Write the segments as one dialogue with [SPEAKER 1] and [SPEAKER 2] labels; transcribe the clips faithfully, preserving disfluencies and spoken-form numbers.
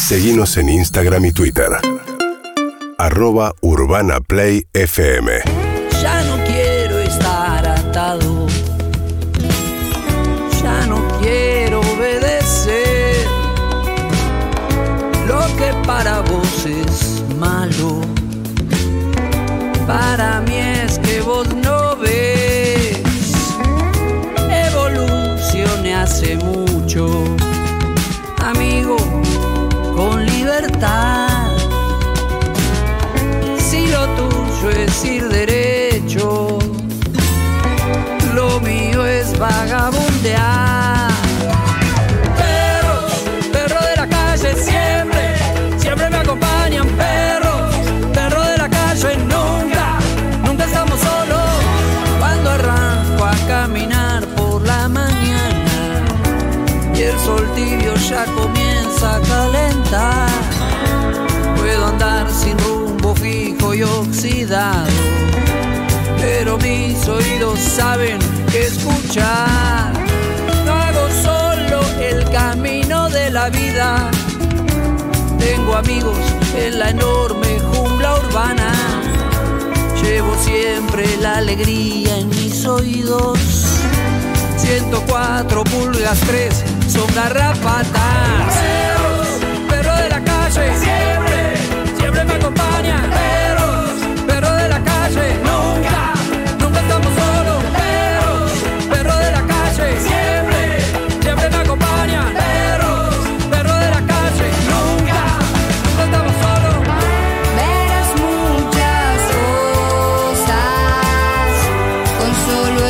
[SPEAKER 1] Seguinos en Instagram y Twitter. Arroba Urbana Play F M.
[SPEAKER 2] Ya no quiero estar atado. Ya no quiero obedecer lo que para vos es malo. Para mí es que vos no ves. Evolucioné hace mucho, amigo, con libertad. Si lo tuyo es ir derecho, lo mío es vagabundear. Perros, perros de la calle siempre, siempre me acompañan. Perros, perros de la calle nunca, nunca estamos solos. Cuando arranco a caminar por la mañana y el sol tibio ya comienza a calentar, puedo andar sin rumbo fijo y oxidado, pero mis oídos saben que escuchar. No hago solo el camino de la vida, tengo amigos en la enorme jungla urbana. Llevo siempre la alegría en mis oídos. ciento cuatro pulgas tres son garrapatas. Perros, perros de la calle siempre, siempre me acompañan. Perros, perros de la calle nunca, nunca estamos solos. Perros, perros de la calle siempre, siempre me acompañan. Perros, perros de la calle nunca, nunca estamos solos.
[SPEAKER 3] Verás muchas cosas con solo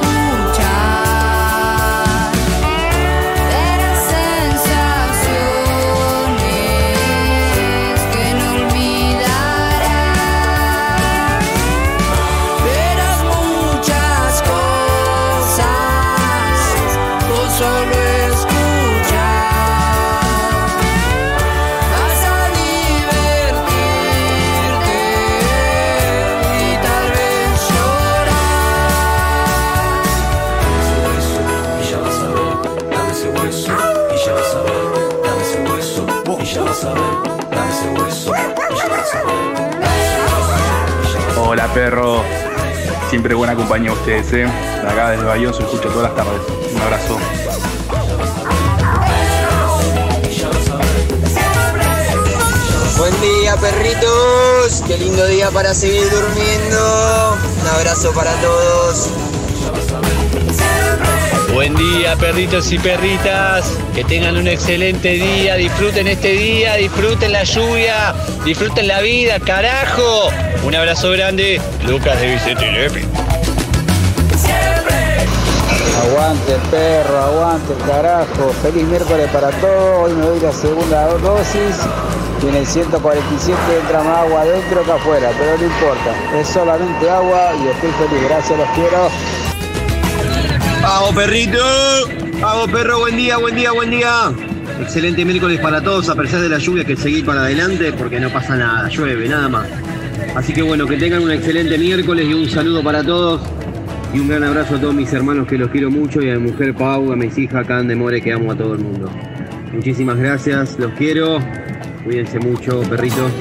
[SPEAKER 3] escuchar. Verás sensaciones que no olvidarás.
[SPEAKER 2] Verás muchas cosas con solo escuchar. Vas a divertirte y tal vez llorar.
[SPEAKER 4] Y ya vas a ver, dame ese hueso. Y ya vas a ver, dame ese hueso. Y ya vas a ver, dame ese hueso. Y ya vas a ver.
[SPEAKER 5] Hola perro, siempre buena compañía ustedes, ¿eh? De acá desde Bayón se escucha todas las tardes. Un abrazo.
[SPEAKER 6] Buen día, perritos. Qué lindo día para seguir durmiendo. Un abrazo para todos.
[SPEAKER 7] Buen día, perritos y perritas. Que tengan un excelente día. Disfruten este día, disfruten la lluvia, disfruten la vida, carajo. Un abrazo grande. Lucas de Vicente Lepi.
[SPEAKER 8] Aguante el perro, aguante el carajo. Feliz miércoles para todos. Hoy me doy la segunda dosis. Y en el ciento cuarenta y siete entra más agua adentro que afuera, pero no importa. Es solamente agua y estoy feliz. Gracias, los quiero.
[SPEAKER 9] ¡Vamos, perrito! ¡Vamos, perro! Buen día, buen día, buen día. Excelente miércoles para todos, a pesar de la lluvia, que seguir para adelante porque no pasa nada, llueve, nada más. Así que bueno, que tengan un excelente miércoles y un saludo para todos. Y un gran abrazo a todos mis hermanos que los quiero mucho y a mi mujer Pau, a mis hijas Can de More que amo a todo el mundo. Muchísimas gracias, los quiero. Cuídense mucho, perritos.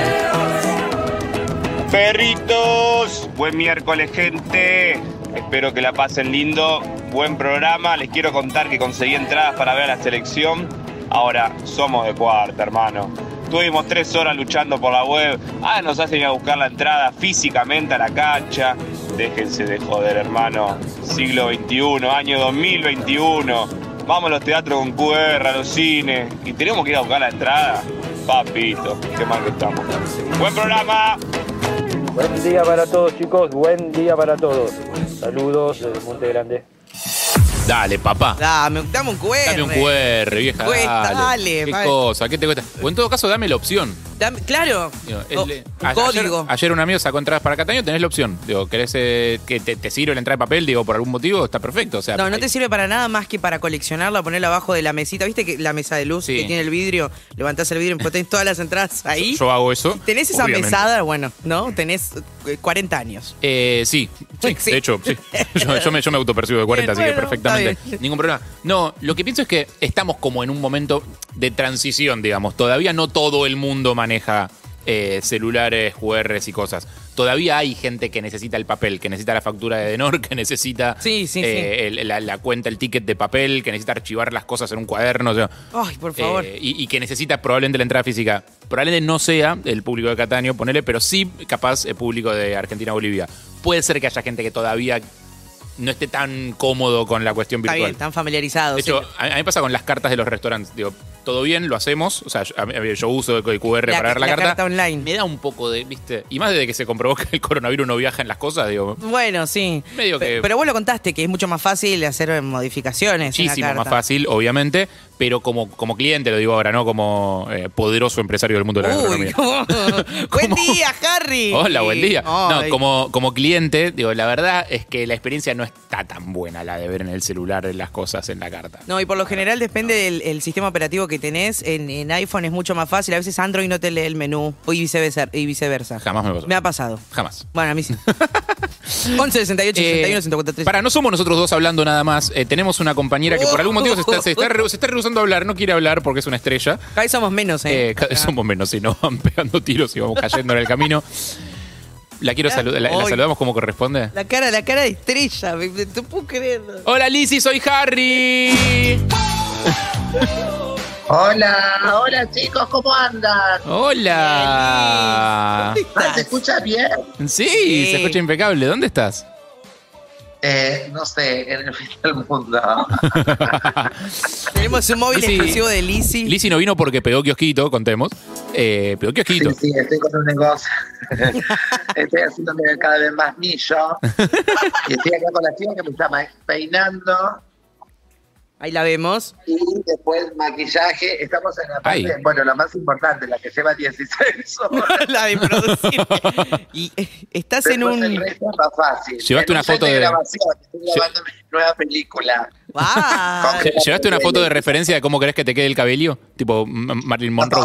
[SPEAKER 10] Perritos, buen miércoles, gente. Espero que la pasen lindo. Buen programa. Les quiero contar que conseguí entradas para ver a la selección. Ahora somos de cuarta, hermano. Tuvimos tres horas luchando por la web. Ah, nos hacen ir a buscar la entrada físicamente a la cancha. Déjense de joder, hermano. Siglo veintiuno, año dos mil veintiuno. Vamos a los teatros con Q R, a los cines. Y tenemos que ir a buscar la entrada. Papito, qué mal que estamos. Buen programa.
[SPEAKER 11] Buen día para todos, chicos. Buen día para todos. Saludos desde Monte Grande.
[SPEAKER 12] Dale, papá.
[SPEAKER 13] Dame, dame un Q R.
[SPEAKER 12] Dame un Q R, vieja.
[SPEAKER 13] Cuesta,
[SPEAKER 12] dale.
[SPEAKER 13] dale,
[SPEAKER 12] ¿Qué
[SPEAKER 13] vale.
[SPEAKER 12] cosa? ¿Qué te cuesta? O en todo caso, dame la opción.
[SPEAKER 13] Dame, claro.
[SPEAKER 12] Digo,
[SPEAKER 13] Co-
[SPEAKER 12] el-
[SPEAKER 13] un
[SPEAKER 12] a-
[SPEAKER 13] código.
[SPEAKER 12] Ayer, ayer un amigo sacó entradas para Cataño, tenés la opción. Digo, ¿querés eh, que te, te sirve la entrada de papel? Digo, por algún motivo, está perfecto. O sea,
[SPEAKER 13] No, no te sirve para nada más que para coleccionarla, ponerla abajo de la mesita. ¿Viste que la mesa de luz
[SPEAKER 12] Sí.
[SPEAKER 13] que tiene el vidrio? Levantás el vidrio y tenés todas las entradas ahí.
[SPEAKER 12] yo hago eso.
[SPEAKER 13] ¿Tenés esa
[SPEAKER 12] obviamente.
[SPEAKER 13] mesada? Bueno, ¿no? Tenés eh, cuarenta años.
[SPEAKER 12] Eh, sí, Sí,
[SPEAKER 13] Sí.
[SPEAKER 12] de hecho, sí. Yo, yo me, yo me autopercibo de cuarenta,
[SPEAKER 13] Bien,
[SPEAKER 12] así que
[SPEAKER 13] bueno,
[SPEAKER 12] perfectamente.
[SPEAKER 13] está bien.
[SPEAKER 12] Ningún problema. No, lo que pienso es que estamos como en un momento de transición, digamos. Todavía no todo el mundo maneja eh, celulares, Q Rs y cosas. Todavía hay gente que necesita el papel, que necesita la factura de Edenor, que necesita
[SPEAKER 13] Sí, sí,
[SPEAKER 12] eh, el- la, la cuenta, el ticket de papel, que necesita archivar las cosas en un cuaderno. O sea,
[SPEAKER 13] Ay, por favor.
[SPEAKER 12] eh, y, y que necesita probablemente la entrada física. Probablemente no sea el público de Cataño, ponele, pero sí capaz el público de Argentina-Bolivia. Puede ser que haya gente que todavía no esté tan cómodo con la cuestión
[SPEAKER 13] Está
[SPEAKER 12] virtual.
[SPEAKER 13] bien, están familiarizados.
[SPEAKER 12] De hecho,
[SPEAKER 13] sí.
[SPEAKER 12] a a mí me pasa con las cartas de los restaurantes. Digo, todo bien, lo hacemos. O sea, yo, a mí- yo uso el Q R
[SPEAKER 13] La-
[SPEAKER 12] para ver la,
[SPEAKER 13] la
[SPEAKER 12] carta.
[SPEAKER 13] carta online.
[SPEAKER 12] Me da un poco de, ¿viste? Y más desde que se comprobó que el coronavirus no viaja en las cosas, digo.
[SPEAKER 13] Bueno, sí.
[SPEAKER 12] Medio
[SPEAKER 13] Pe-
[SPEAKER 12] que-
[SPEAKER 13] Pero vos lo contaste, que es mucho más fácil hacer modificaciones en
[SPEAKER 12] Muchísimo
[SPEAKER 13] la
[SPEAKER 12] más
[SPEAKER 13] carta.
[SPEAKER 12] fácil, obviamente, pero como, como cliente, lo digo ahora, no como eh, poderoso empresario del mundo de la
[SPEAKER 13] Uy,
[SPEAKER 12] economía.
[SPEAKER 13] ¿cómo? Buen día, Harry.
[SPEAKER 12] Hola, buen día.
[SPEAKER 13] Ay.
[SPEAKER 12] No, como, como cliente, digo, la verdad es que la experiencia no está tan buena la de ver en el celular las cosas en la carta.
[SPEAKER 13] No, y por lo general depende del el sistema operativo que tenés. En, en iPhone es mucho más fácil. A veces Android no te lee el menú y viceversa. Y viceversa.
[SPEAKER 12] Jamás me pasó.
[SPEAKER 13] Me ha pasado.
[SPEAKER 12] Jamás.
[SPEAKER 13] Bueno, a mí sí. once sesenta y ocho sesenta y uno ciento cuarenta y tres.
[SPEAKER 12] Para, no somos nosotros dos hablando nada más. Eh, tenemos una compañera que por algún motivo se está, se está, re- se está rehusando a hablar, no quiere hablar porque es una estrella.
[SPEAKER 13] Cada vez somos menos, ¿eh?
[SPEAKER 12] Eh, cada vez somos menos, si nos van pegando tiros y vamos cayendo en el camino. La quiero saludar, la, la
[SPEAKER 13] Ay.
[SPEAKER 12] saludamos como corresponde.
[SPEAKER 13] La cara, la cara de estrella. Me, me- no puedo creerlo.
[SPEAKER 12] Hola Lizzy, soy Harry.
[SPEAKER 14] Hola, hola chicos, ¿cómo andan?
[SPEAKER 12] Hola.
[SPEAKER 14] Ah, ¿se escucha bien?
[SPEAKER 12] Sí,
[SPEAKER 13] Sí.
[SPEAKER 12] se escucha impecable. ¿Dónde estás?
[SPEAKER 14] Eh, no sé, en el fin del mundo.
[SPEAKER 13] Tenemos un móvil
[SPEAKER 12] Lizzy-
[SPEAKER 13] exclusivo de Lizzy.
[SPEAKER 12] Lizzy no vino porque pegó kiosquito, contemos. Eh, pegó kiosquito.
[SPEAKER 14] Sí, sí, estoy con un negocio. Estoy haciéndome cada vez más millo. Y estoy acá con la chica que me está ma- peinando.
[SPEAKER 13] Ahí la vemos.
[SPEAKER 14] Y después maquillaje. Estamos en la parte,
[SPEAKER 12] Ay.
[SPEAKER 14] bueno, la más importante, la que lleva dieciséis horas.
[SPEAKER 13] La de producir. Y eh, estás en
[SPEAKER 14] Después el
[SPEAKER 13] un.
[SPEAKER 14] resto es más fácil.
[SPEAKER 12] Llevaste
[SPEAKER 14] En
[SPEAKER 12] una
[SPEAKER 14] un set
[SPEAKER 12] foto de-
[SPEAKER 14] grabación, estoy grabando mi nueva película.
[SPEAKER 13] ¡Ah!
[SPEAKER 12] Lle- ¿Llevaste una foto de referencia de cómo querés que te quede el cabello? Tipo M- Marilyn Monroe.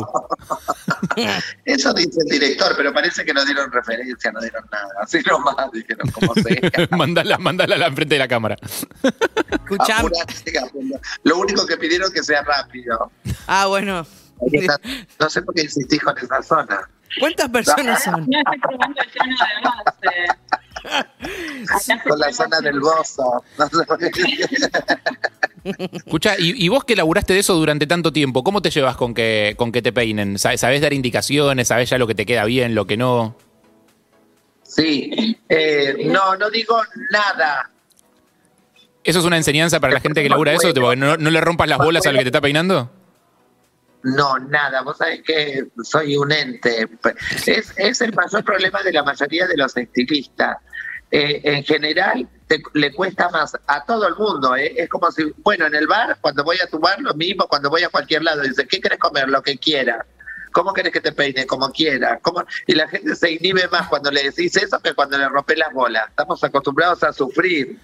[SPEAKER 14] Eso dice el director, pero parece que no dieron referencia, no dieron nada. Así nomás dijeron como sea.
[SPEAKER 12] mandala, mandala a la frente de la cámara.
[SPEAKER 13] Escuchá.
[SPEAKER 14] Apurate, apurate. Lo único que pidieron que sea rápido.
[SPEAKER 13] Ah, bueno.
[SPEAKER 14] Porque está- No sé por qué insistís con esa zona.
[SPEAKER 13] ¿Cuántas personas son?
[SPEAKER 15] No estoy probando el tono de voz. eh.
[SPEAKER 14] Con la zona del bozo. No sé por qué.
[SPEAKER 12] Escucha, y, y vos que laburaste de eso durante tanto tiempo, ¿cómo te llevas con que, con que te peinen? ¿Sabés, sabés dar indicaciones? ¿Sabés ya lo que te queda bien, lo que no?
[SPEAKER 14] Sí, eh, no, no digo nada.
[SPEAKER 12] ¿Eso es una enseñanza para la gente que labura eso? Tipo, que no, no le rompas las bolas al que te está peinando?
[SPEAKER 14] No, nada, vos sabés que soy un ente. Es, es el mayor problema de la mayoría de los estilistas. Eh, en general, te- le cuesta más a todo el mundo. ¿eh? Es como si, bueno, en el bar, cuando voy a tu bar, lo mismo, cuando voy a cualquier lado, dice, ¿qué querés comer? Lo que quieras. ¿Cómo querés que te peine? Como quiera. ¿Cómo? Y la gente se inhibe más cuando le decís eso que cuando le rompes las bolas. Estamos acostumbrados a sufrir.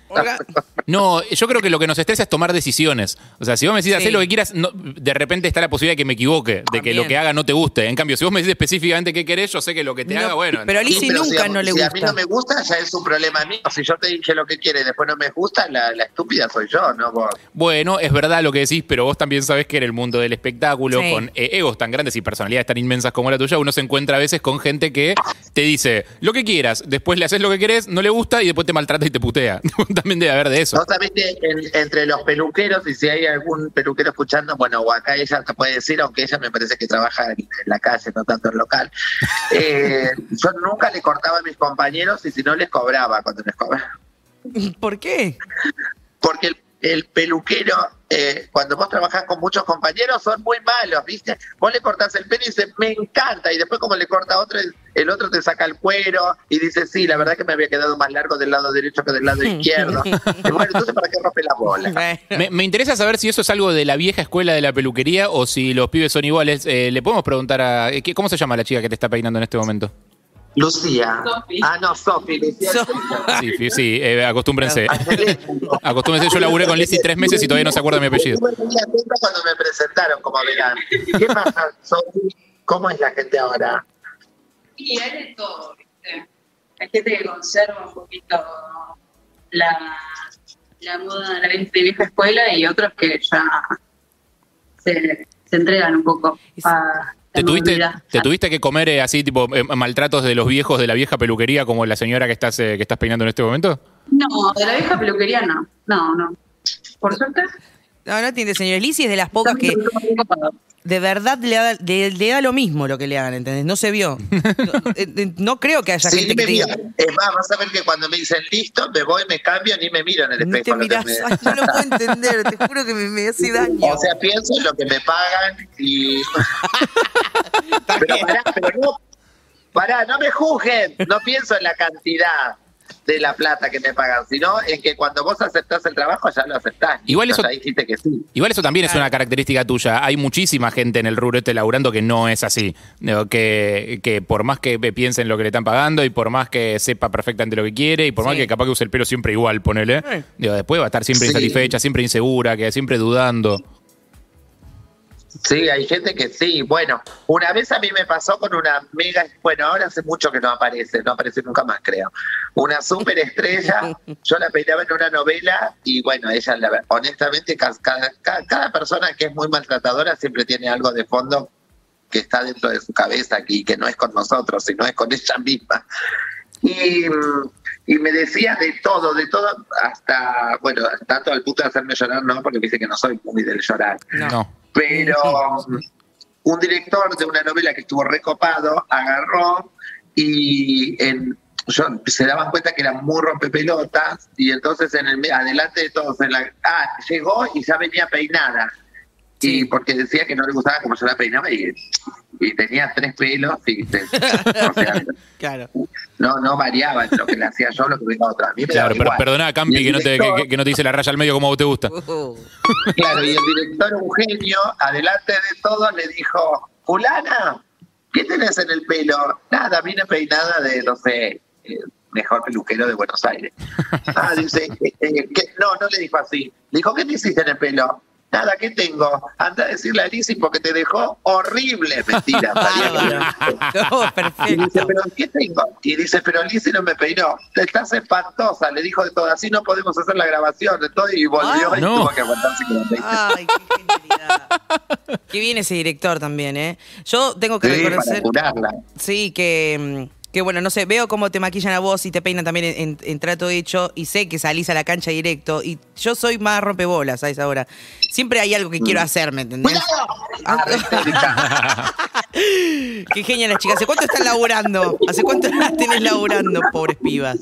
[SPEAKER 12] No, yo creo que lo que nos estresa es tomar decisiones. O sea, si vos me decís
[SPEAKER 13] Sí.
[SPEAKER 12] hacer lo que quieras, no- de repente está la posibilidad de que me equivoque, de que
[SPEAKER 13] También.
[SPEAKER 12] lo que haga no te guste. En cambio, si vos me decís específicamente qué querés, yo sé que lo que te
[SPEAKER 13] No,
[SPEAKER 12] haga, bueno.
[SPEAKER 13] pero a
[SPEAKER 14] Sí,
[SPEAKER 13] Lizzy
[SPEAKER 14] pero
[SPEAKER 13] nunca
[SPEAKER 14] si a-
[SPEAKER 13] no le
[SPEAKER 14] si a
[SPEAKER 13] gusta.
[SPEAKER 14] mí no me gusta, ya es un problema mío. Si yo te dije lo que quiere y después no me gusta, la, la estúpida soy yo, no vos.
[SPEAKER 12] Bueno, es verdad lo que decís, pero vos también sabés que en el mundo del espectáculo,
[SPEAKER 13] Sí.
[SPEAKER 12] con eh, egos tan grandes y personalidades tan inmensas como la tuya, uno se encuentra a veces con gente que te dice lo que quieras, después le haces lo que querés, no le gusta y después te maltrata y te putea. También debe haber de eso.
[SPEAKER 14] No sabés que en- entre los peluqueros, y si hay algún peluquero escuchando, bueno, o acá ella te puede decir, aunque ella me parece que trabaja en, en la calle, no tanto en local. Eh, yo nunca le cortaba a mis compañeros y si no les cobraba cuando les cobraba.
[SPEAKER 13] ¿Por qué?
[SPEAKER 14] Porque el, el peluquero, eh, cuando vos trabajás con muchos compañeros, son muy malos, ¿viste? Vos le cortás el pelo y dice, me encanta, y después como le corta a otro, el otro te saca el cuero y dice, sí, la verdad que me había quedado más largo del lado derecho que del lado izquierdo. Y bueno, entonces, ¿para qué rompe la bola?
[SPEAKER 12] Me, me interesa saber si eso es algo de la vieja escuela de la peluquería o si los pibes son iguales. Eh, le podemos preguntar a... eh, ¿qué- ¿Cómo se llama la chica que te está peinando en este momento?
[SPEAKER 14] Lucía.
[SPEAKER 15] Sofi.
[SPEAKER 14] Ah, no, Sofi, Lucía.
[SPEAKER 12] Sí, sí, sí, eh, acostúmbrense. Acostúmbrense, yo laburé con Lizzy tres meses y todavía no se acuerda de mi apellido.
[SPEAKER 14] Estuve muy atenta cuando me presentaron, como verán. ¿Qué pasa, Sofi? ¿Cómo es la gente ahora?
[SPEAKER 15] Y hay de todo, ¿viste? hay gente que conserva un poquito la, la moda la de vieja escuela y otros que ya se, se entregan un poco a
[SPEAKER 12] ¿Te tuviste, ¿Te tuviste que comer eh, así, tipo, eh, maltratos de los viejos de la vieja peluquería como la señora que estás, eh, que estás peinando en este momento?
[SPEAKER 15] No, de la vieja peluquería no. No, no. Por suerte.
[SPEAKER 13] No, no tiene, señor. Lizzy es de las pocas que de verdad le da, le, le da lo mismo lo que le hagan, ¿entendés? No se vio. No, no creo que haya
[SPEAKER 14] Sí,
[SPEAKER 13] gente
[SPEAKER 14] me
[SPEAKER 13] que te diga,
[SPEAKER 14] mira. Es más, vas a ver que cuando me dicen listo, me voy, me cambio, ni me miro en el
[SPEAKER 13] no
[SPEAKER 14] espejo.
[SPEAKER 13] te
[SPEAKER 14] lo que
[SPEAKER 13] mirás,
[SPEAKER 14] me-
[SPEAKER 13] ay, no lo puedo entender, te juro que me, me hace daño.
[SPEAKER 14] O sea, pienso en lo que me pagan y... pero pará, pero no, pará, no me juzguen. No pienso en la cantidad de la plata que me pagan, sino en que cuando vos aceptás el trabajo ya lo aceptás.
[SPEAKER 12] Igual eso-
[SPEAKER 14] O sea, dijiste que sí.
[SPEAKER 12] Igual eso también es una característica tuya. Hay muchísima gente en el rubro este laburando que no es así. Digo, Que, que por más que piense en lo que le están pagando y por más que sepa perfectamente lo que quiere y por más
[SPEAKER 13] Sí.
[SPEAKER 12] que capaz que use el pelo siempre igual, ponele.
[SPEAKER 13] Eh.
[SPEAKER 12] Digo, después va a estar siempre
[SPEAKER 14] Sí.
[SPEAKER 12] insatisfecha, siempre insegura, que siempre dudando.
[SPEAKER 14] Sí, hay gente que sí. Bueno, una vez a mí me pasó con una mega, bueno, ahora hace mucho que no aparece, no aparece nunca más, creo. Una súper estrella, yo la peinaba en una novela y bueno, ella, la, honestamente, ca- cada, cada, cada persona que es muy maltratadora siempre tiene algo de fondo que está dentro de su cabeza y que no es con nosotros, sino es con ella misma. Y, y me decía de todo, de todo, hasta, bueno, tanto al punto de hacerme llorar, no, porque dice que no soy muy del llorar.
[SPEAKER 12] No.
[SPEAKER 14] Pero un director de una novela que estuvo recopado agarró y en, yo, se daban cuenta que era muy rompepelotas y entonces en el me- adelante de todos, en la, ah, llegó y ya venía peinada. Y porque decía que no le gustaba como yo la peinaba y, y tenía tres pelos y te- o sea,
[SPEAKER 13] Claro.
[SPEAKER 14] no, no variaba en lo que le hacía yo, lo que venía otra. A mí me
[SPEAKER 12] Claro,
[SPEAKER 14] daba
[SPEAKER 12] pero
[SPEAKER 14] igual.
[SPEAKER 12] perdoná a Campi
[SPEAKER 14] Y el
[SPEAKER 12] que no, te,
[SPEAKER 14] director-
[SPEAKER 12] que, que no te dice la raya al medio como a vos te gusta.
[SPEAKER 14] Claro, y el director Eugenio, adelante de todo, le dijo, fulana, ¿qué tenés en el pelo? Nada, vine peinada de, no sé, eh, mejor peluquero de Buenos Aires. Ah, dice, eh, eh, ¿qué? No, no le dijo así. Le dijo, ¿qué te hiciste en el pelo? Nada, ¿qué tengo? Anda a decirle a Lizzy porque te dejó horrible. Mentira. María.
[SPEAKER 13] No,
[SPEAKER 14] Y
[SPEAKER 13] perfecto.
[SPEAKER 14] dice, ¿pero qué tengo? Y dice, pero Lizzy no me peinó. Te estás espantosa. Le dijo de todo, así no podemos hacer la grabación. De todo, y volvió
[SPEAKER 13] Ah,
[SPEAKER 14] y
[SPEAKER 12] no.
[SPEAKER 14] tuvo que aguantarse con la peina.
[SPEAKER 13] Ay, qué genialidad. Qué bien ese director también, ¿eh? Yo tengo que
[SPEAKER 14] Sí, para
[SPEAKER 13] reconocer,
[SPEAKER 14] curarla.
[SPEAKER 13] sí, que, mm, que bueno, no sé, veo cómo te maquillan a vos y te peinan también en, en- en trato hecho y sé que salís a la cancha directo y yo soy más rompebolas a esa hora. Siempre hay algo que quiero hacer, ¿me entendés?
[SPEAKER 14] Ah, Retórica.
[SPEAKER 13] Qué genial las chicas. ¿Hace cuánto están laburando? ¿Hace cuánto las tenés laburando, pobres pibas?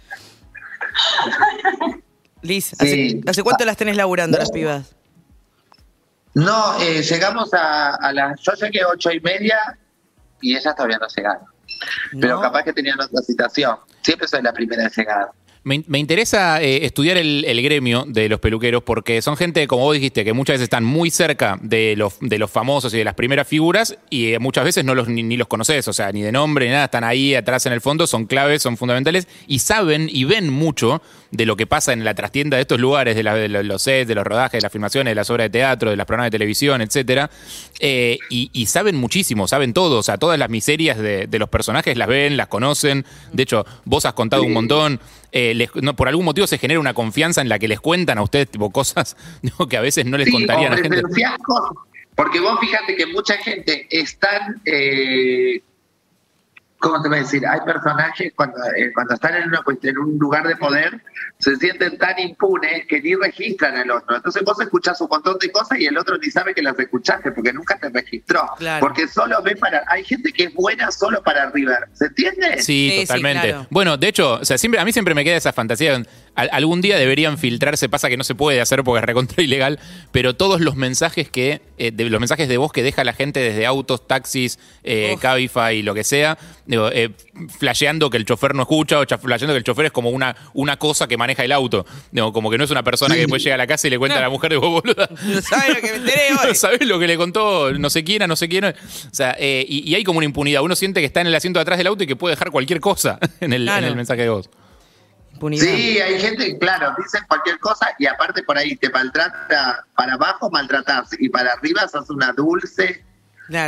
[SPEAKER 13] Liz, ¿hace,
[SPEAKER 14] Sí.
[SPEAKER 13] ¿hace cuánto las tenés laburando las pibas?
[SPEAKER 14] No, eh, llegamos a, a las... Yo llegué a ocho y media y ellas todavía no llegaron. Pero
[SPEAKER 13] No.
[SPEAKER 14] capaz que tenían otra citación. Siempre soy la primera en llegar.
[SPEAKER 12] Me, me interesa eh, estudiar el, el gremio de los peluqueros porque son gente, como vos dijiste, que muchas veces están muy cerca de los, de los famosos y de las primeras figuras y eh, muchas veces no los, ni, ni los conoces, o sea, ni de nombre ni nada, están ahí atrás en el fondo, son claves, son fundamentales y saben y ven mucho de lo que pasa en la trastienda de estos lugares, de, la- de los sets, de los rodajes, de las filmaciones, de las obras de teatro, de las programas de televisión, etcétera, eh, y, y saben muchísimo, saben todo, o sea, todas las miserias de, de los personajes las ven, las conocen, de hecho, vos has contado un montón. Eh, les- no, por algún motivo se genera una confianza en la que les cuentan a ustedes tipo cosas ¿no? que a veces no les
[SPEAKER 14] Sí,
[SPEAKER 12] contarían a
[SPEAKER 14] o
[SPEAKER 12] gente.
[SPEAKER 14] presenciás cosas. Porque vos fíjate que mucha gente es tan... Eh, ¿cómo te voy a decir? Hay personajes cuando, eh, cuando están en, una, cuestión- en un lugar de poder se sienten tan impunes que ni registran al otro. Entonces vos escuchás un montón de cosas y el otro ni sabe que las escuchaste porque nunca te registró.
[SPEAKER 13] Claro.
[SPEAKER 14] Porque solo ve para... Hay gente que es buena solo para River. ¿Se entiende?
[SPEAKER 12] Sí,
[SPEAKER 13] Sí, sí,
[SPEAKER 12] totalmente.
[SPEAKER 13] claro.
[SPEAKER 12] Bueno, de hecho, o sea, siempre, a mí siempre me queda esa fantasía. Al- algún día deberían filtrarse, pasa que no se puede hacer porque es recontra ilegal, pero todos los mensajes que, eh, de, los mensajes de voz que deja la gente desde autos, taxis, eh,
[SPEAKER 13] Uf.
[SPEAKER 12] Cabify y lo que sea, digo, eh, flasheando que el chofer no escucha o cha- flasheando que el chofer es como una, una cosa que maneja el auto. Digo, como que no es una persona que después llega a la casa y le cuenta a la mujer de vos, boluda.
[SPEAKER 13] No sabes lo que me enteré hoy.
[SPEAKER 12] ¿Sabés lo que le contó no sé quién a no sé quién? O sea, eh, y, y hay como una impunidad. Uno siente que está en el asiento de atrás del auto y que puede dejar cualquier cosa en el,
[SPEAKER 13] Claro.
[SPEAKER 12] en el mensaje de voz.
[SPEAKER 13] Impunidad.
[SPEAKER 14] Sí, hay gente, claro, dicen cualquier cosa y aparte por ahí te maltrata, para abajo maltratás y para arriba sos una dulce.
[SPEAKER 13] Claro.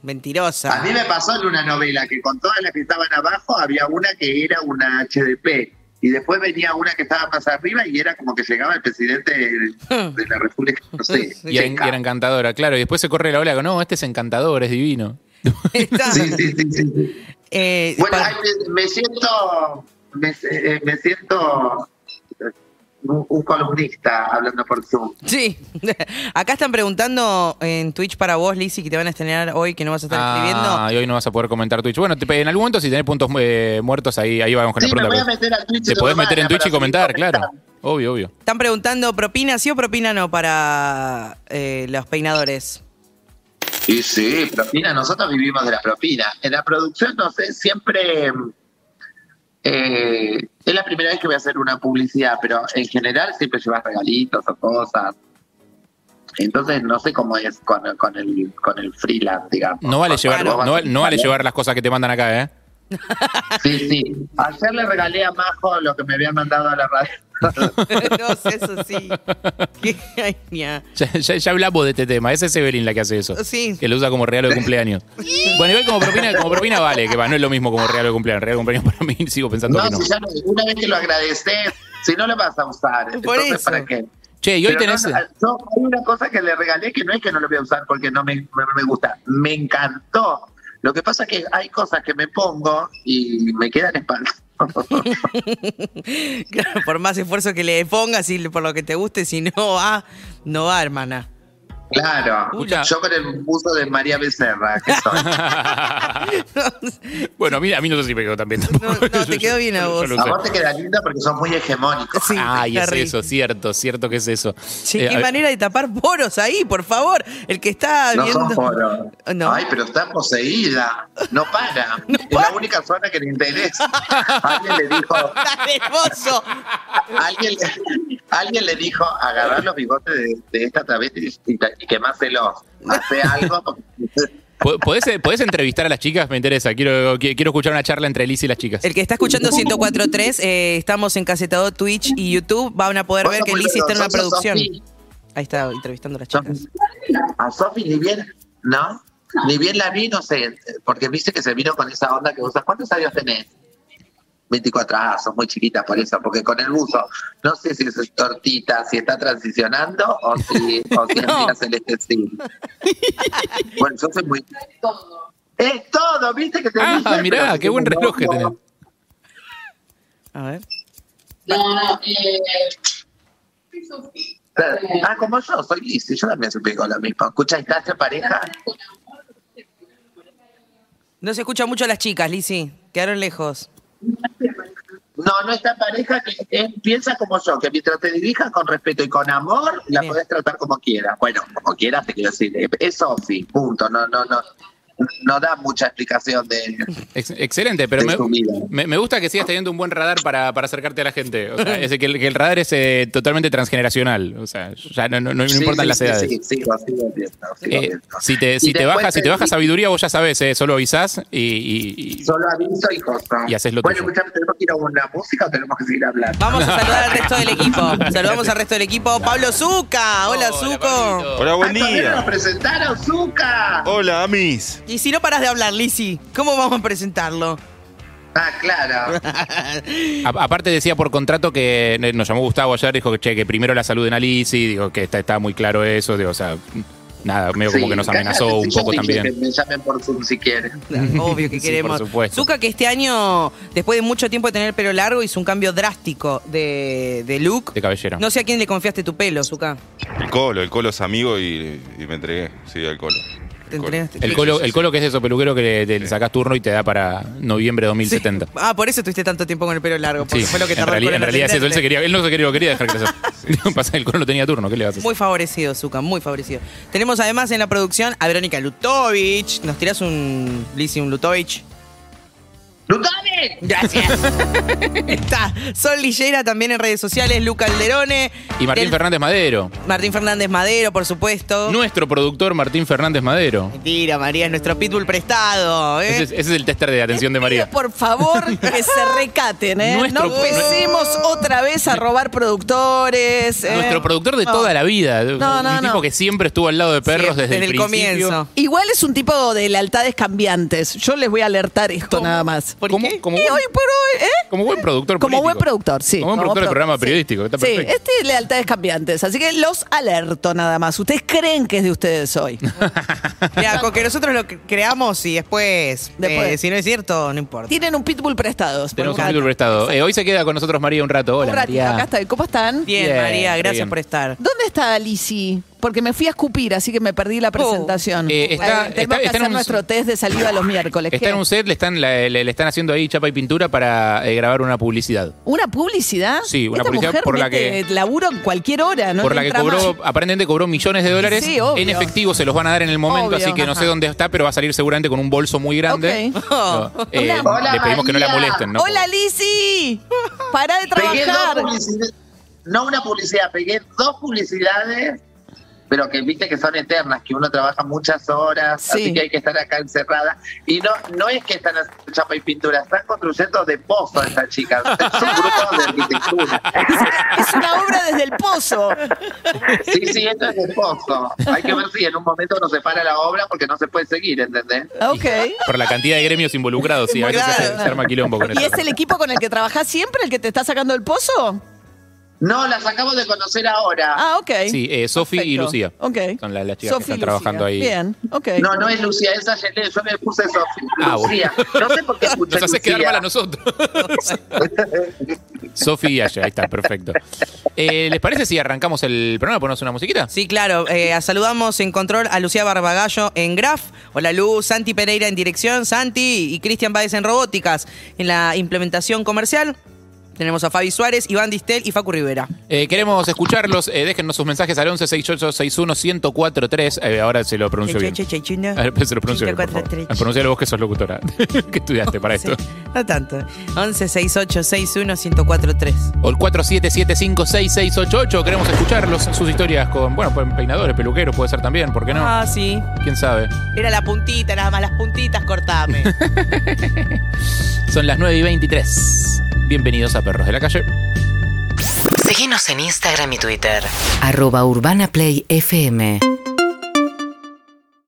[SPEAKER 13] Mentirosa.
[SPEAKER 14] A mí me pasó en una novela que con todas las que estaban abajo había una que era una H D P. Y después venía una que estaba más arriba y era como que llegaba el presidente de, de la República, no sé.
[SPEAKER 12] Y era, y era encantadora, claro. Y después se corre la ola con, no, este es encantador, es divino.
[SPEAKER 14] Sí, sí, sí, sí.
[SPEAKER 13] Eh,
[SPEAKER 14] bueno,
[SPEAKER 13] para...
[SPEAKER 14] ay, me, me siento, me, eh, me siento un, un columnista hablando por Zoom.
[SPEAKER 13] Sí. Acá están preguntando en Twitch para vos, Lizzy, que te van a estrenar hoy, que no vas a estar
[SPEAKER 12] ah,
[SPEAKER 13] escribiendo.
[SPEAKER 12] Y hoy no vas a poder comentar Twitch. Bueno, te, en algún momento si tenés puntos eh, muertos, ahí, ahí vamos con
[SPEAKER 14] sí,
[SPEAKER 12] la pregunta.
[SPEAKER 14] Me voy a meter al Twitch
[SPEAKER 12] te podés meter en Twitch y comentar, claro.
[SPEAKER 14] Comentar.
[SPEAKER 12] Obvio, obvio.
[SPEAKER 13] Están preguntando, ¿propina sí o propina no para eh, los peinadores?
[SPEAKER 14] Sí, sí, propina. Nosotros vivimos de la propina. En la producción, no sé, siempre... Eh, es la primera vez que voy a hacer una publicidad, pero en general siempre llevas regalitos o cosas. Entonces no sé cómo es con, con, el, con el freelance, digamos.
[SPEAKER 12] No vale, llevar, no, no, no vale llevar las cosas que te mandan acá, ¿eh?
[SPEAKER 14] Sí, sí. Ayer le regalé a Majo lo que me habían mandado a la radio.
[SPEAKER 13] No sé, eso sí. Ay,
[SPEAKER 12] ya, ya, ya hablamos de este tema. Esa es Evelyn la que hace eso.
[SPEAKER 13] Sí.
[SPEAKER 12] Que lo usa como regalo de cumpleaños. Bueno, igual como propina, como propina vale, que va, no es lo mismo como regalo de cumpleaños. Regalo de cumpleaños para mí sigo pensando
[SPEAKER 14] no,
[SPEAKER 12] que no.
[SPEAKER 14] Si ya no, una vez que lo agradeces, si no lo vas a usar,
[SPEAKER 13] por
[SPEAKER 14] entonces
[SPEAKER 13] eso.
[SPEAKER 14] ¿para qué?
[SPEAKER 12] Che, y hoy
[SPEAKER 14] Pero
[SPEAKER 12] tenés...
[SPEAKER 14] No, yo, hay una cosa que le regalé que no es que no lo voy a usar porque no me, me, me gusta. Me encantó. Lo que pasa es que hay cosas que me pongo y me quedan espaldas.
[SPEAKER 13] Claro, por más esfuerzo que le pongas y por lo que te guste, si no va, no va, hermana.
[SPEAKER 14] Claro,
[SPEAKER 12] Escucha.
[SPEAKER 14] Yo con el buzo de María Becerra, que soy.
[SPEAKER 12] Bueno, a mí, a mí no sé si me quedó tan bien.
[SPEAKER 13] No, no te quedó bien a vos.
[SPEAKER 14] A vos te queda linda porque son muy hegemónicos.
[SPEAKER 13] Sí,
[SPEAKER 12] Ay, es
[SPEAKER 13] Harry.
[SPEAKER 12] eso, cierto, cierto que es eso.
[SPEAKER 13] Che,
[SPEAKER 12] Eh,
[SPEAKER 13] qué
[SPEAKER 12] a-
[SPEAKER 13] manera de tapar poros ahí, por favor. El que está
[SPEAKER 14] No
[SPEAKER 13] viendo.
[SPEAKER 14] son poros.
[SPEAKER 13] No.
[SPEAKER 14] Ay, pero está poseída. No para.
[SPEAKER 13] No
[SPEAKER 14] es
[SPEAKER 13] para.
[SPEAKER 14] la única zona que le interesa. Alguien le dijo.
[SPEAKER 13] Está hermoso.
[SPEAKER 14] Alguien, le- alguien le dijo agarrar los bigotes de, de esta travesti y, ta- y quemárselos. Hace algo.
[SPEAKER 12] ¿po- ¿Podés, podés entrevistar a las chicas? Me interesa. Quiero, qui- quiero escuchar una charla entre Liz y las chicas.
[SPEAKER 13] El que está escuchando ciento cuatro punto tres, eh, estamos en Casetado, Twitch y YouTube. Van a poder ver
[SPEAKER 14] Bueno,
[SPEAKER 13] que
[SPEAKER 14] porque
[SPEAKER 13] Lizzy está en una
[SPEAKER 14] nosotros,
[SPEAKER 13] producción.
[SPEAKER 14] Sofi,
[SPEAKER 13] Ahí está entrevistando a las chicas.
[SPEAKER 14] A Sofi ni bien, ¿no? Ni bien la vi, no sé, porque viste que se vino con esa onda que usas. ¿Cuántos años tenés? veinticuatro, ah, sos muy chiquita por eso, porque con el buzo, no sé si es tortita, si está transicionando o si, o si
[SPEAKER 13] No.
[SPEAKER 14] es Mira Celeste sí. Bueno, yo soy muy... Es todo, viste que te
[SPEAKER 12] Ah,
[SPEAKER 14] dije,
[SPEAKER 12] mirá,
[SPEAKER 14] pero
[SPEAKER 12] qué buen
[SPEAKER 14] no,
[SPEAKER 12] reloj que
[SPEAKER 14] no.
[SPEAKER 12] tenés.
[SPEAKER 13] A ver.
[SPEAKER 15] No, no, eh.
[SPEAKER 14] Ah, como yo, soy Liz, yo también supe con lo mismo. Escucha, ¿estás en pareja?
[SPEAKER 13] No se escucha mucho a las chicas, Lizzy. Quedaron lejos.
[SPEAKER 14] No, no está en pareja, que él piensa como yo, que mientras te dirijas con respeto y con amor, la
[SPEAKER 13] Bien.
[SPEAKER 14] podés tratar como quieras. Bueno, como quieras te quiero decir, es Sofi, punto, no, no, no, no da mucha explicación de,
[SPEAKER 12] Ex- excelente, pero
[SPEAKER 14] de
[SPEAKER 12] me,
[SPEAKER 14] su vida.
[SPEAKER 12] me, me gusta que sigas teniendo un buen radar para, para acercarte a la gente. O sea, es que, el, que el radar es eh, totalmente transgeneracional. O sea, ya no, no, no
[SPEAKER 14] Sí,
[SPEAKER 12] importan
[SPEAKER 14] sí,
[SPEAKER 12] las
[SPEAKER 14] sí,
[SPEAKER 12] edades.
[SPEAKER 14] Sí, sí, lo sigo viendo, sigo
[SPEAKER 12] Eh,
[SPEAKER 14] viendo.
[SPEAKER 12] si te, si
[SPEAKER 14] Y
[SPEAKER 12] te
[SPEAKER 14] después
[SPEAKER 12] baja, si te
[SPEAKER 14] te-
[SPEAKER 12] baja sabiduría, vos ya sabés, eh, solo avisás y, y- y-
[SPEAKER 14] Solo aviso y cosa.
[SPEAKER 12] Y haces lo
[SPEAKER 14] bueno,
[SPEAKER 12] tuyo.
[SPEAKER 14] escuchame, ¿tenemos que ir a una música o tenemos que seguir hablando?
[SPEAKER 13] Vamos a saludar al resto del equipo. Saludamos al resto del equipo. Pablo Zucca. Hola, Zucco.
[SPEAKER 16] Hola, buen
[SPEAKER 14] Ay, todavía no nos
[SPEAKER 16] día.
[SPEAKER 14] presentaron, Zucca.
[SPEAKER 16] Hola, Amis.
[SPEAKER 13] Y si no paras de hablar, Lizzy, ¿cómo vamos a presentarlo?
[SPEAKER 14] Ah, claro.
[SPEAKER 12] A- aparte decía por contrato que eh, nos llamó Gustavo ayer, dijo que, che, que primero la saluden a Lizzy, digo que está, está muy claro eso, digo, o sea, nada, medio como
[SPEAKER 14] Sí,
[SPEAKER 12] que nos
[SPEAKER 14] cállate,
[SPEAKER 12] amenazó un
[SPEAKER 14] si yo
[SPEAKER 12] poco
[SPEAKER 14] te dije
[SPEAKER 12] también.
[SPEAKER 14] Que me llamen por Zoom si quieren.
[SPEAKER 13] Obvio que
[SPEAKER 12] Sí,
[SPEAKER 13] queremos.
[SPEAKER 12] por supuesto.
[SPEAKER 13] Zucca, que este año, después de mucho tiempo de tener el pelo largo, hizo un cambio drástico de, de look.
[SPEAKER 12] De cabellera.
[SPEAKER 13] No sé a quién le confiaste tu pelo, Zucca.
[SPEAKER 16] El Colo, el Colo es amigo y, y me entregué. Sí, al Colo.
[SPEAKER 13] Te entregaste.
[SPEAKER 12] El colo, el colo que es eso, peluquero que le, te- le sacás turno y te da para noviembre de dos mil setenta.
[SPEAKER 13] Ah, por eso estuviste tanto tiempo con el pelo largo, porque
[SPEAKER 12] Sí,
[SPEAKER 13] fue lo que
[SPEAKER 12] en
[SPEAKER 13] tardó el
[SPEAKER 12] realidad,
[SPEAKER 13] Colo
[SPEAKER 12] en realidad es eso, él, se
[SPEAKER 13] atenderte.
[SPEAKER 12] quería, él no se quería, lo quería dejar crecer. Lo que pasa es que el colo no tenía turno, ¿qué le vas a hacer?
[SPEAKER 13] Muy favorecido, Zucca, muy favorecido. Tenemos además en la producción a Verónica Lutovich. ¿Nos tirás un, Lizzy, un Lutovich?
[SPEAKER 14] ¡Lutovic! bien!
[SPEAKER 13] Gracias. Está Sol Lillera también en redes sociales, Luca Alderone.
[SPEAKER 12] Y Martín
[SPEAKER 13] El-
[SPEAKER 12] Fernández Madero.
[SPEAKER 13] Martín Fernández Madero, por supuesto.
[SPEAKER 12] Nuestro productor Martín Fernández Madero.
[SPEAKER 13] Mentira, María, es nuestro pitbull prestado. ¿eh?
[SPEAKER 12] Ese es, ese es el tester de atención de María.
[SPEAKER 17] Por favor, que se recaten, ¿eh?
[SPEAKER 12] Nuestro-
[SPEAKER 17] no empecemos otra vez a robar productores. ¿eh?
[SPEAKER 12] Nuestro productor de
[SPEAKER 17] No.
[SPEAKER 12] toda la vida.
[SPEAKER 17] No, no,
[SPEAKER 12] un tipo
[SPEAKER 17] no.
[SPEAKER 12] que siempre estuvo al lado de perros
[SPEAKER 13] Sí,
[SPEAKER 12] desde,
[SPEAKER 13] desde
[SPEAKER 12] el,
[SPEAKER 13] el
[SPEAKER 12] principio.
[SPEAKER 13] comienzo.
[SPEAKER 17] Igual es un tipo de lealtades cambiantes. Yo les voy a alertar esto nada más.
[SPEAKER 13] ¿Por
[SPEAKER 12] Como,
[SPEAKER 13] qué?
[SPEAKER 12] como
[SPEAKER 17] Y
[SPEAKER 12] buen,
[SPEAKER 17] hoy por hoy, ¿eh?
[SPEAKER 12] como buen productor
[SPEAKER 17] Como buen
[SPEAKER 12] político.
[SPEAKER 17] productor, sí.
[SPEAKER 12] Como buen productor de
[SPEAKER 17] pro-
[SPEAKER 12] programa
[SPEAKER 17] sí.
[SPEAKER 12] periodístico, está
[SPEAKER 17] Sí,
[SPEAKER 12] perfecto.
[SPEAKER 17] este es lealtades cambiantes. Así que los alerto nada más. Ustedes creen que es de ustedes hoy.
[SPEAKER 13] Mira, con que nosotros lo cre- creamos y después,
[SPEAKER 17] Después.
[SPEAKER 13] eh, si no es cierto, no importa.
[SPEAKER 17] Tienen un pitbull prestados.
[SPEAKER 12] Tenemos
[SPEAKER 17] Me
[SPEAKER 12] un
[SPEAKER 17] encanta.
[SPEAKER 12] pitbull prestado. Eh, hoy se queda con nosotros María un rato. Hola,
[SPEAKER 17] Un ratito,
[SPEAKER 12] María.
[SPEAKER 17] acá estoy. ¿Cómo están?
[SPEAKER 13] Bien,
[SPEAKER 12] Bien,
[SPEAKER 13] María,
[SPEAKER 12] qué
[SPEAKER 13] gracias
[SPEAKER 12] bien.
[SPEAKER 13] por estar.
[SPEAKER 17] ¿Dónde está Lizzy? Porque me fui a escupir, así que me perdí la presentación.
[SPEAKER 12] Eh, está-
[SPEAKER 17] Eh, tenemos
[SPEAKER 12] está-
[SPEAKER 17] que
[SPEAKER 12] está
[SPEAKER 17] hacer
[SPEAKER 12] en un-
[SPEAKER 17] nuestro test de salida los miércoles.
[SPEAKER 12] Está
[SPEAKER 17] ¿Qué?
[SPEAKER 12] en un set, le están, le, le- le están haciendo ahí chapa y pintura para eh, grabar una publicidad.
[SPEAKER 17] ¿Una publicidad?
[SPEAKER 12] Sí, una
[SPEAKER 17] Esta
[SPEAKER 12] publicidad
[SPEAKER 17] mujer
[SPEAKER 12] por la
[SPEAKER 17] mete
[SPEAKER 12] que-
[SPEAKER 17] laburo en cualquier hora, ¿no?
[SPEAKER 12] por
[SPEAKER 17] le
[SPEAKER 12] la que
[SPEAKER 17] entra
[SPEAKER 12] cobró,
[SPEAKER 17] más.
[SPEAKER 12] aparentemente cobró millones de dólares.
[SPEAKER 17] Sí, obvio.
[SPEAKER 12] En efectivo se los van a dar en el momento,
[SPEAKER 17] Obvio.
[SPEAKER 12] así que no sé
[SPEAKER 17] Ajá.
[SPEAKER 12] dónde está, pero va a salir seguramente con un bolso muy grande.
[SPEAKER 17] Ok.
[SPEAKER 12] No, eh,
[SPEAKER 14] Hola,
[SPEAKER 12] le pedimos que no la
[SPEAKER 14] María.
[SPEAKER 12] molesten, ¿no?
[SPEAKER 17] ¡Hola, Lizzy! ¡Para de
[SPEAKER 14] Pegué dos
[SPEAKER 17] trabajar!
[SPEAKER 14] publicidades, no una publicidad, pegué dos publicidades, pero que viste que son eternas, que uno trabaja muchas horas,
[SPEAKER 17] Sí.
[SPEAKER 14] así que hay que estar acá encerrada. Y no no es que están haciendo chapa y pintura, están construyendo de pozo estas chicas. Es un grupo de arquitectura.
[SPEAKER 17] Es una obra desde el pozo.
[SPEAKER 14] Sí, sí, esto es de pozo. Hay que ver si en un momento nos separa la obra porque no se puede seguir, ¿entendés?
[SPEAKER 17] Ok.
[SPEAKER 12] Por la cantidad de gremios involucrados, sí, a veces se,
[SPEAKER 17] Claro.
[SPEAKER 12] se arma quilombo con
[SPEAKER 17] ¿Y
[SPEAKER 12] eso.
[SPEAKER 17] es el equipo con el que trabajás siempre el que te está sacando el pozo?
[SPEAKER 14] No, las acabo de conocer ahora.
[SPEAKER 17] Ah, ok.
[SPEAKER 12] Sí, eh, Sofi y
[SPEAKER 17] Perfecto.
[SPEAKER 12] Lucía.
[SPEAKER 17] Ok.
[SPEAKER 12] Son las, las chicas
[SPEAKER 17] Sofi
[SPEAKER 12] que
[SPEAKER 17] y
[SPEAKER 12] están trabajando
[SPEAKER 17] Lucía.
[SPEAKER 12] ahí.
[SPEAKER 17] Bien, ok.
[SPEAKER 14] No, no es Lucía, es Ayelé, yo le puse Sofía.
[SPEAKER 12] Ah, bueno.
[SPEAKER 14] Lucía. No sé por qué escuché
[SPEAKER 12] Nos haces quedar
[SPEAKER 14] Lucía.
[SPEAKER 12] mal a nosotros. Sofi y Aya, ahí está, perfecto. Eh, ¿Les parece si arrancamos el programa? ¿Ponemos una musiquita?
[SPEAKER 13] Sí, claro. Eh, saludamos en control a Lucía Barbagallo en Graf. Hola, Lu. Santi Pereira en dirección. Santi y Cristian Báez en robóticas. En la implementación comercial tenemos a Fabi Suárez, Iván Distel y Facu Rivera.
[SPEAKER 12] Eh, queremos escucharlos. Eh, déjennos sus mensajes al once sesenta y ocho sesenta y uno ciento cuarenta y tres. Eh, ahora se lo pronuncio bien.
[SPEAKER 13] Che, che, che, che,
[SPEAKER 12] A ver, se lo pronuncio bien, por favor. Pronuncialo vos que sos locutora. ¿Qué estudiaste para esto?
[SPEAKER 13] No tanto. once sesenta y ocho sesenta y uno ciento cuarenta y tres.
[SPEAKER 12] O el cuatro siete siete cinco seis seis ocho ocho. Queremos escucharlos, sus historias con, bueno, pues, peinadores, peluqueros, puede ser también, ¿por qué no?
[SPEAKER 13] Ah, sí.
[SPEAKER 12] ¿Quién sabe?
[SPEAKER 13] Era la puntita, nada más las puntitas, cortame.
[SPEAKER 12] Son las nueve y veintitrés. Bienvenidos a Perros de la Calle.
[SPEAKER 18] Síguenos en Instagram y Twitter. Arroba Urbana Play F M.